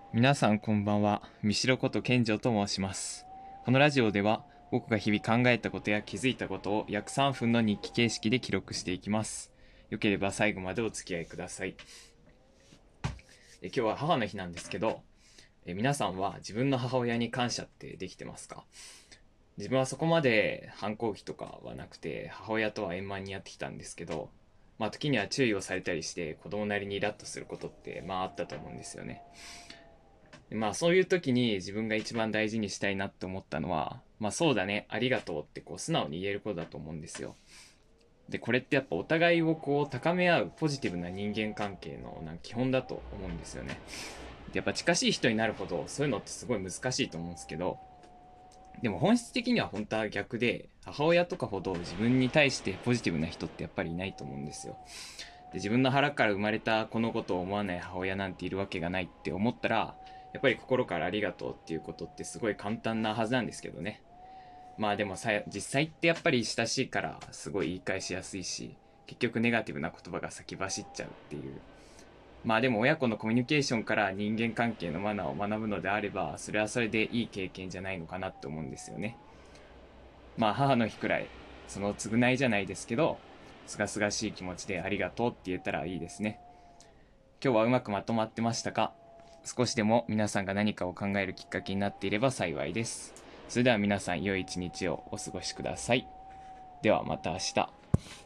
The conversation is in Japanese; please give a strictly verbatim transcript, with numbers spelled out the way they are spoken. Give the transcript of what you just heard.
皆さんこんばんは。三代こと健丈と申します。このラジオでは僕が日々考えたことや気づいたことを約さんぷんの日記形式で記録していきます。よければ最後までお付き合いください。え今日は母の日なんですけど、え皆さんは自分の母親に感謝ってできてますか？自分はそこまで反抗期とかはなくて、母親とは円満にやってきたんですけど、まあ時には注意をされたりして子供なりにイラッとすることってまああったと思うんですよね。まあそういう時に自分が一番大事にしたいなって思ったのは、まあそうだね、ありがとうってこう素直に言えることだと思うんですよ。で、これってやっぱお互いをこう高め合うポジティブな人間関係のなんか基本だと思うんですよね。で、やっぱ近しい人になるほどそういうのってすごい難しいと思うんですけど、でも本質的には本当は逆で、母親とかほど自分に対してポジティブな人ってやっぱりいないと思うんですよ。で、自分の腹から生まれたこのことを思わない母親なんているわけがないって思ったら、やっぱり心からありがとうっていうことってすごい簡単なはずなんですけどね。まあでもさ、実際ってやっぱり親しいからすごい言い返しやすいし、結局ネガティブな言葉が先走っちゃうっていう。まあでも親子のコミュニケーションから人間関係のマナーを学ぶのであれば、それはそれでいい経験じゃないのかなって思うんですよね。まあ母の日くらい、その償いじゃないですけど、すがすがしい気持ちでありがとうって言えたらいいですね。今日はうまくまとまってましたか？少しでも皆さんが何かを考えるきっかけになっていれば幸いです。それでは皆さん良い一日をお過ごしください。ではまた明日。